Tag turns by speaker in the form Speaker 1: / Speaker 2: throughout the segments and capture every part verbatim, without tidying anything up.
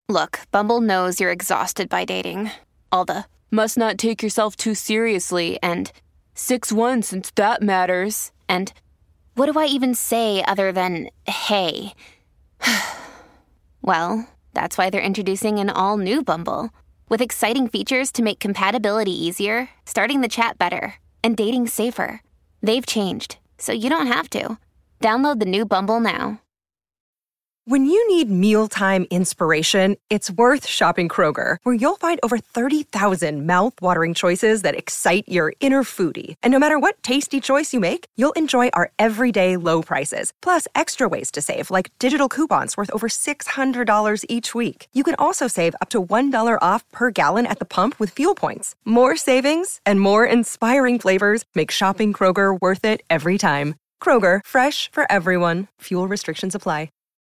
Speaker 1: Look, Bumble knows you're exhausted by dating. All the must not take yourself too seriously and six one since that matters. And what do I even say other than hey? Well, that's why they're introducing an all-new Bumble with exciting features to make compatibility easier, starting the chat better, and dating safer. They've changed, so you don't have to. Download the new Bumble now.
Speaker 2: When you need mealtime inspiration, it's worth shopping Kroger, where you'll find over thirty thousand mouth-watering choices that excite your inner foodie. And no matter what tasty choice you make, you'll enjoy our everyday low prices, plus extra ways to save, like digital coupons worth over six hundred dollars each week. You can also save up to one dollar off per gallon at the pump with fuel points. More savings and more inspiring flavors make shopping Kroger worth it every time. Kroger, fresh for everyone. Fuel restrictions apply.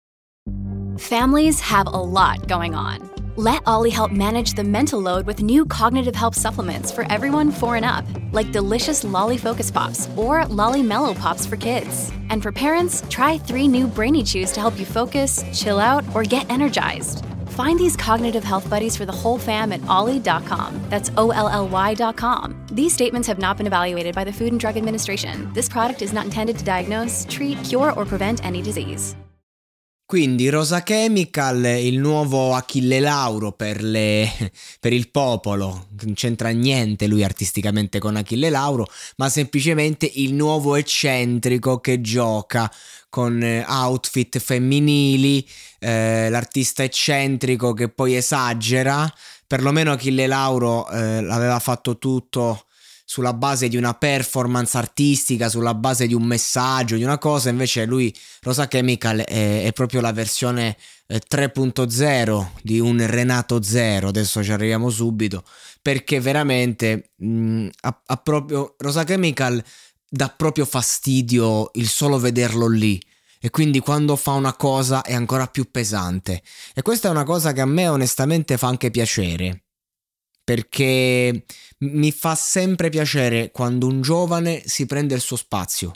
Speaker 3: Families have a lot going on. Let Ollie help manage the mental load with new cognitive help supplements for everyone four and up, like delicious Lolly Focus Pops or Lolly Mellow Pops for kids. And for parents, try three new Brainy Chews to help you focus, chill out, or get energized. Find these cognitive health buddies for the whole fam at ollie dot com. That's O L L Y dot com. These statements have not been evaluated by the Food and Drug Administration. This product is not intended to diagnose, treat, cure, or prevent any disease.
Speaker 4: Quindi Rosa Chemical, il nuovo Achille Lauro per, le, per il popolo. Non c'entra niente lui artisticamente con Achille Lauro, ma semplicemente il nuovo eccentrico che gioca con outfit femminili, eh, l'artista eccentrico che poi esagera. Perlomeno Achille Lauro eh, l'aveva fatto tutto sulla base di una performance artistica, sulla base di un messaggio, di una cosa. Invece lui, Rosa Chemical, è, è proprio la versione eh, tre punto zero di un Renato Zero. Adesso ci arriviamo subito, perché veramente mh, ha, ha proprio Rosa Chemical dà proprio fastidio il solo vederlo lì, e quindi quando fa una cosa è ancora più pesante. E questa è una cosa che a me onestamente fa anche piacere, perché mi fa sempre piacere quando un giovane si prende il suo spazio.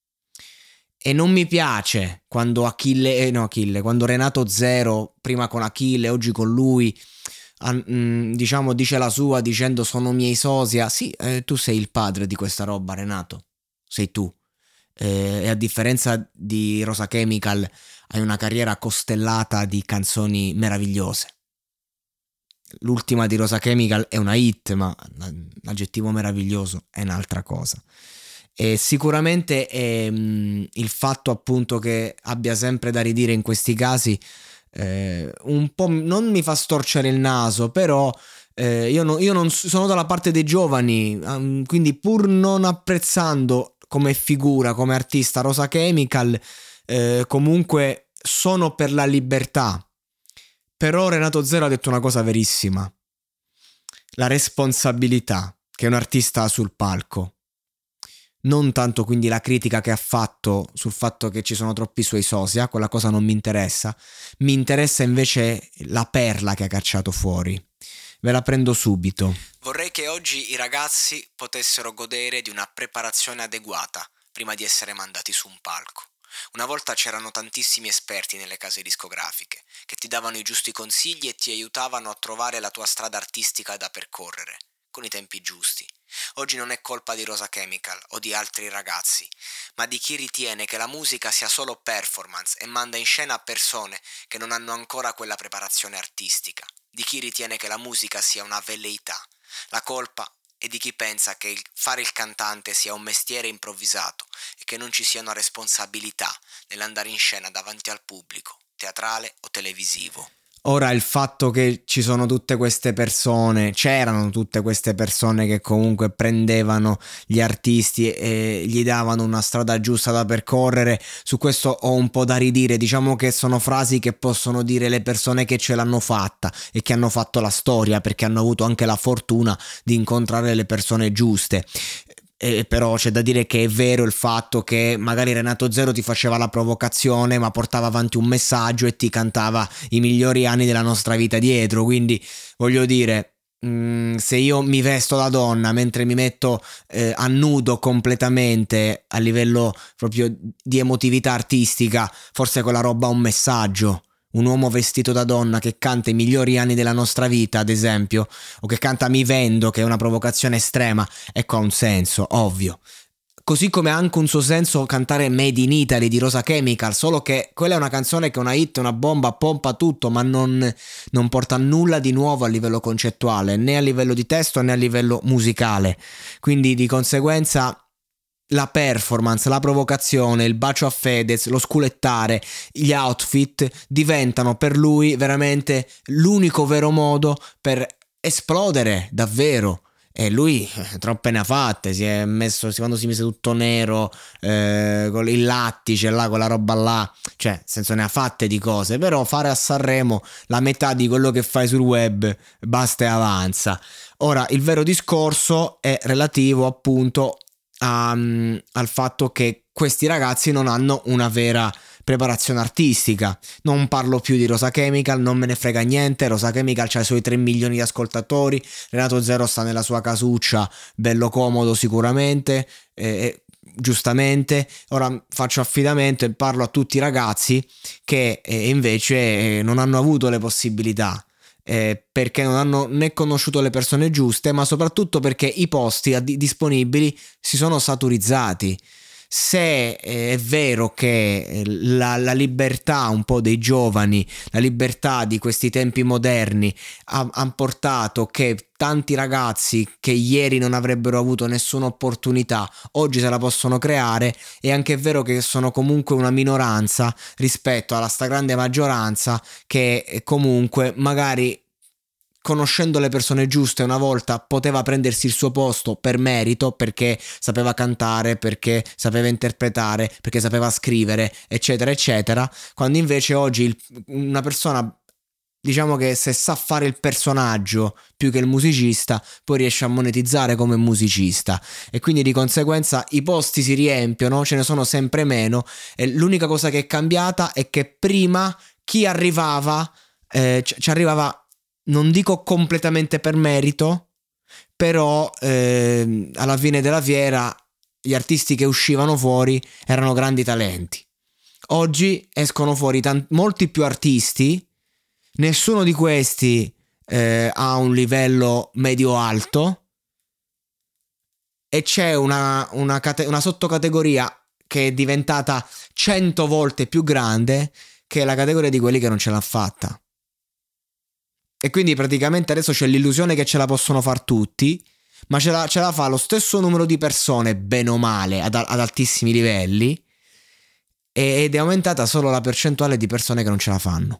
Speaker 4: E non mi piace quando Achille, eh, no Achille, quando Renato Zero, prima con Achille, oggi con lui, ah, mh, diciamo dice la sua dicendo sono miei sosia. Sì, eh, tu sei il padre di questa roba, Renato, sei tu. Eh, e a differenza di Rosa Chemical hai una carriera costellata di canzoni meravigliose. L'ultima di Rosa Chemical è una hit, ma l'aggettivo meraviglioso è un'altra cosa. E sicuramente è, mh, il fatto appunto che abbia sempre da ridire in questi casi eh, un po' non mi fa storcere il naso, però eh, io, no, io non sono dalla parte dei giovani, um, quindi pur non apprezzando come figura, come artista Rosa Chemical, eh, comunque sono per la libertà. Però Renato Zero ha detto una cosa verissima: la responsabilità che un artista ha sul palco. Non tanto quindi la critica che ha fatto sul fatto che ci sono troppi suoi sosia, quella cosa non mi interessa, mi interessa invece la perla che ha cacciato fuori. Ve la prendo subito. Vorrei che oggi i ragazzi potessero godere di una preparazione adeguata prima di essere mandati su un palco. Una volta c'erano tantissimi esperti nelle case discografiche che ti davano i giusti consigli e ti aiutavano a trovare la tua strada artistica da percorrere, con i tempi giusti. Oggi non è colpa di Rosa Chemical o di altri ragazzi, ma di chi ritiene che la musica sia solo performance e manda in scena persone che non hanno ancora quella preparazione artistica, di chi ritiene che la musica sia una velleità. La colpa è di chi pensa che il fare il cantante sia un mestiere improvvisato e che non ci sia una responsabilità nell'andare in scena davanti al pubblico, teatrale o televisivo. Ora il fatto che ci sono tutte queste persone, c'erano tutte queste persone che comunque prendevano gli artisti e gli davano una strada giusta da percorrere, su questo ho un po' da ridire. Diciamo che sono frasi che possono dire le persone che ce l'hanno fatta e che hanno fatto la storia, perché hanno avuto anche la fortuna di incontrare le persone giuste. Eh, però c'è da dire che è vero il fatto che magari Renato Zero ti faceva la provocazione ma portava avanti un messaggio e ti cantava i migliori anni della nostra vita dietro, quindi voglio dire, mh, se io mi vesto da donna mentre mi metto eh, a nudo completamente a livello proprio di emotività artistica, forse quella roba ha un messaggio, un uomo vestito da donna che canta i migliori anni della nostra vita, ad esempio, o che canta Mi Vendo, che è una provocazione estrema, ecco, ha un senso, ovvio. Così come ha anche un suo senso cantare Made in Italy di Rosa Chemical, solo che quella è una canzone che è una hit, una bomba, pompa tutto, ma non, non porta nulla di nuovo a livello concettuale, né a livello di testo né a livello musicale. Quindi di conseguenza la performance, la provocazione, il bacio a Fedez, lo sculettare, gli outfit diventano per lui veramente l'unico vero modo per esplodere davvero. E lui troppe ne ha fatte, si è messo, quando si mise tutto nero, eh, con il lattice là, quella roba là, cioè nel senso ne ha fatte di cose, però fare a Sanremo la metà di quello che fai sul web basta e avanza. Ora il vero discorso è relativo appunto a, um, al fatto che questi ragazzi non hanno una vera preparazione artistica. Non parlo più di Rosa Chemical, non me ne frega niente. Rosa Chemical c'ha i suoi tre milioni di ascoltatori, Renato Zero sta nella sua casuccia, bello comodo sicuramente, eh, giustamente. Ora faccio affidamento e parlo a tutti i ragazzi che eh, invece eh, non hanno avuto le possibilità, eh, perché non hanno né conosciuto le persone giuste, ma soprattutto perché i posti a- disponibili si sono saturizzati. Se è vero che la, la libertà un po' dei giovani, la libertà di questi tempi moderni ha, ha portato che tanti ragazzi che ieri non avrebbero avuto nessuna opportunità oggi se la possono creare, è anche vero che sono comunque una minoranza rispetto alla stragrande maggioranza che comunque magari, conoscendo le persone giuste, una volta poteva prendersi il suo posto per merito, perché sapeva cantare, perché sapeva interpretare, perché sapeva scrivere, eccetera eccetera, quando invece oggi il, una persona, diciamo che se sa fare il personaggio più che il musicista, poi riesce a monetizzare come musicista, e quindi di conseguenza i posti si riempiono, ce ne sono sempre meno, e l'unica cosa che è cambiata è che prima chi arrivava eh, ci arrivava, non dico completamente per merito, però eh, alla fine della fiera gli artisti che uscivano fuori erano grandi talenti. Oggi escono fuori tanti, molti più artisti, nessuno di questi eh, ha un livello medio-alto, e c'è una, una, cate- una sottocategoria che è diventata cento volte più grande, che è la categoria di quelli che non ce l'ha fatta. E quindi praticamente adesso c'è l'illusione che ce la possono far tutti, ma ce la, ce la fa lo stesso numero di persone, bene o male, ad, ad altissimi livelli, ed è aumentata solo la percentuale di persone che non ce la fanno.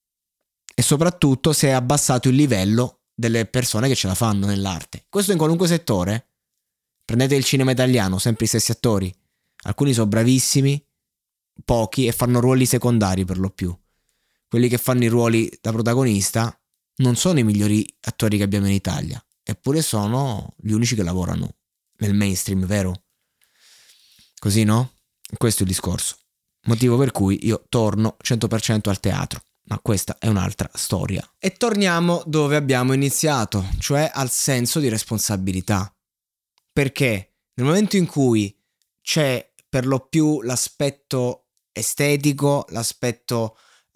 Speaker 4: E soprattutto si è abbassato il livello delle persone che ce la fanno nell'arte. Questo in qualunque settore. Prendete il cinema italiano, sempre i stessi attori. Alcuni sono bravissimi, pochi, e fanno ruoli secondari per lo più. Quelli che fanno i ruoli da protagonista non sono i migliori attori che abbiamo in Italia, eppure sono gli unici che lavorano nel mainstream, vero? Così, no? Questo è il discorso. Motivo per cui io torno cento per cento al teatro, ma questa è un'altra storia. E torniamo dove abbiamo iniziato, cioè al senso di responsabilità. Perché nel momento in cui c'è per lo più l'aspetto estetico, l'aspetto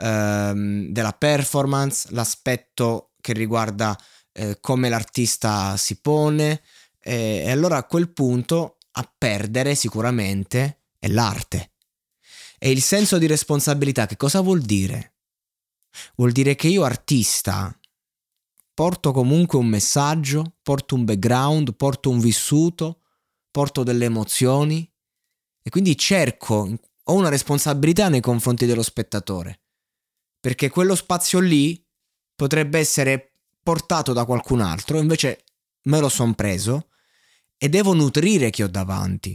Speaker 4: della performance, l'aspetto che riguarda eh, come l'artista si pone, eh, e allora a quel punto a perdere sicuramente è l'arte. E il senso di responsabilità che cosa vuol dire? Vuol dire che io artista porto comunque un messaggio, porto un background, porto un vissuto, porto delle emozioni, e quindi cerco, ho una responsabilità nei confronti dello spettatore, perché quello spazio lì potrebbe essere portato da qualcun altro, invece me lo son preso e devo nutrire chi ho davanti.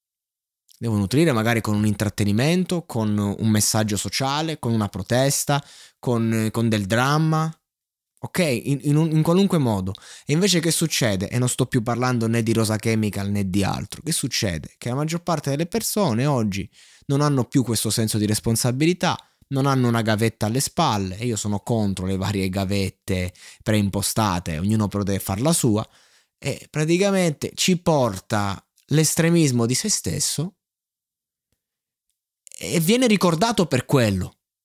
Speaker 4: Devo nutrire magari con un intrattenimento, con un messaggio sociale, con una protesta, con, con del dramma, ok? In, in, un, in qualunque modo. E invece che succede? E non sto più parlando né di Rosa Chemical né di altro. Che succede? Che la maggior parte delle persone oggi non hanno più questo senso di responsabilità, non hanno una gavetta alle spalle, e io sono contro le varie gavette preimpostate, ognuno però deve far la sua, e praticamente ci porta l'estremismo di se stesso e viene ricordato per quello.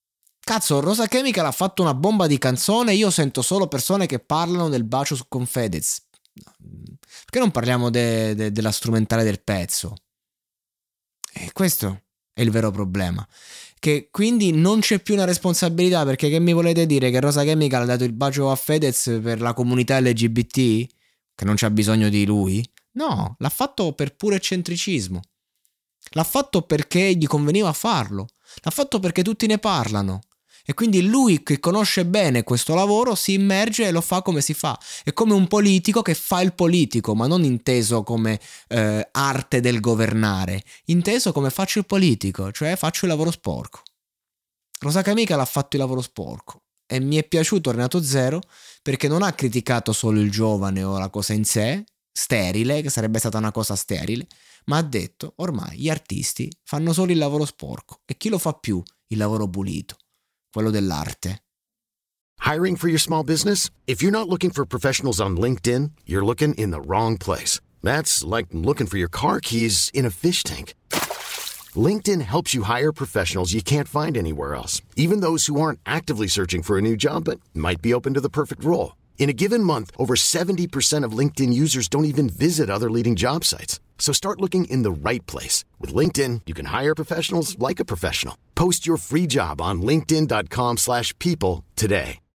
Speaker 4: Cazzo, Rosa Chemical ha fatto una bomba di canzone, io sento solo persone che parlano del bacio con Fedez. Perché non parliamo de, de, della strumentale del pezzo? E questo è il vero problema. Che quindi non c'è più una responsabilità, perché che mi volete dire? Che Rosa Chemical ha dato il bacio a Fedez per la comunità L G B T? Che non c'ha bisogno di lui? No, l'ha fatto per puro eccentricismo. L'ha fatto perché gli conveniva farlo. L'ha fatto perché tutti ne parlano. E quindi lui, che conosce bene questo lavoro, si immerge e lo fa come si fa. È come un politico che fa il politico, ma non inteso come eh, arte del governare, inteso come faccio il politico, cioè faccio il lavoro sporco. Rosa Chemical ha fatto il lavoro sporco e mi è piaciuto Renato Zero perché non ha criticato solo il giovane o la cosa in sé, sterile, che sarebbe stata una cosa sterile, ma ha detto ormai gli artisti fanno solo il lavoro sporco e chi lo fa più il lavoro pulito? Quello dell'arte.
Speaker 5: Hiring for your small business? If you're not looking for professionals on LinkedIn, you're looking in the wrong place. That's like looking for your car keys in a fish tank. LinkedIn helps you hire professionals you can't find anywhere else, even those who aren't actively searching for a new job but might be open to the perfect role. In a given month, over seventy percent of LinkedIn users don't even visit other leading job sites. So start looking in the right place. With LinkedIn, you can hire professionals like a professional. Post your free job on linkedin dot com slash people today.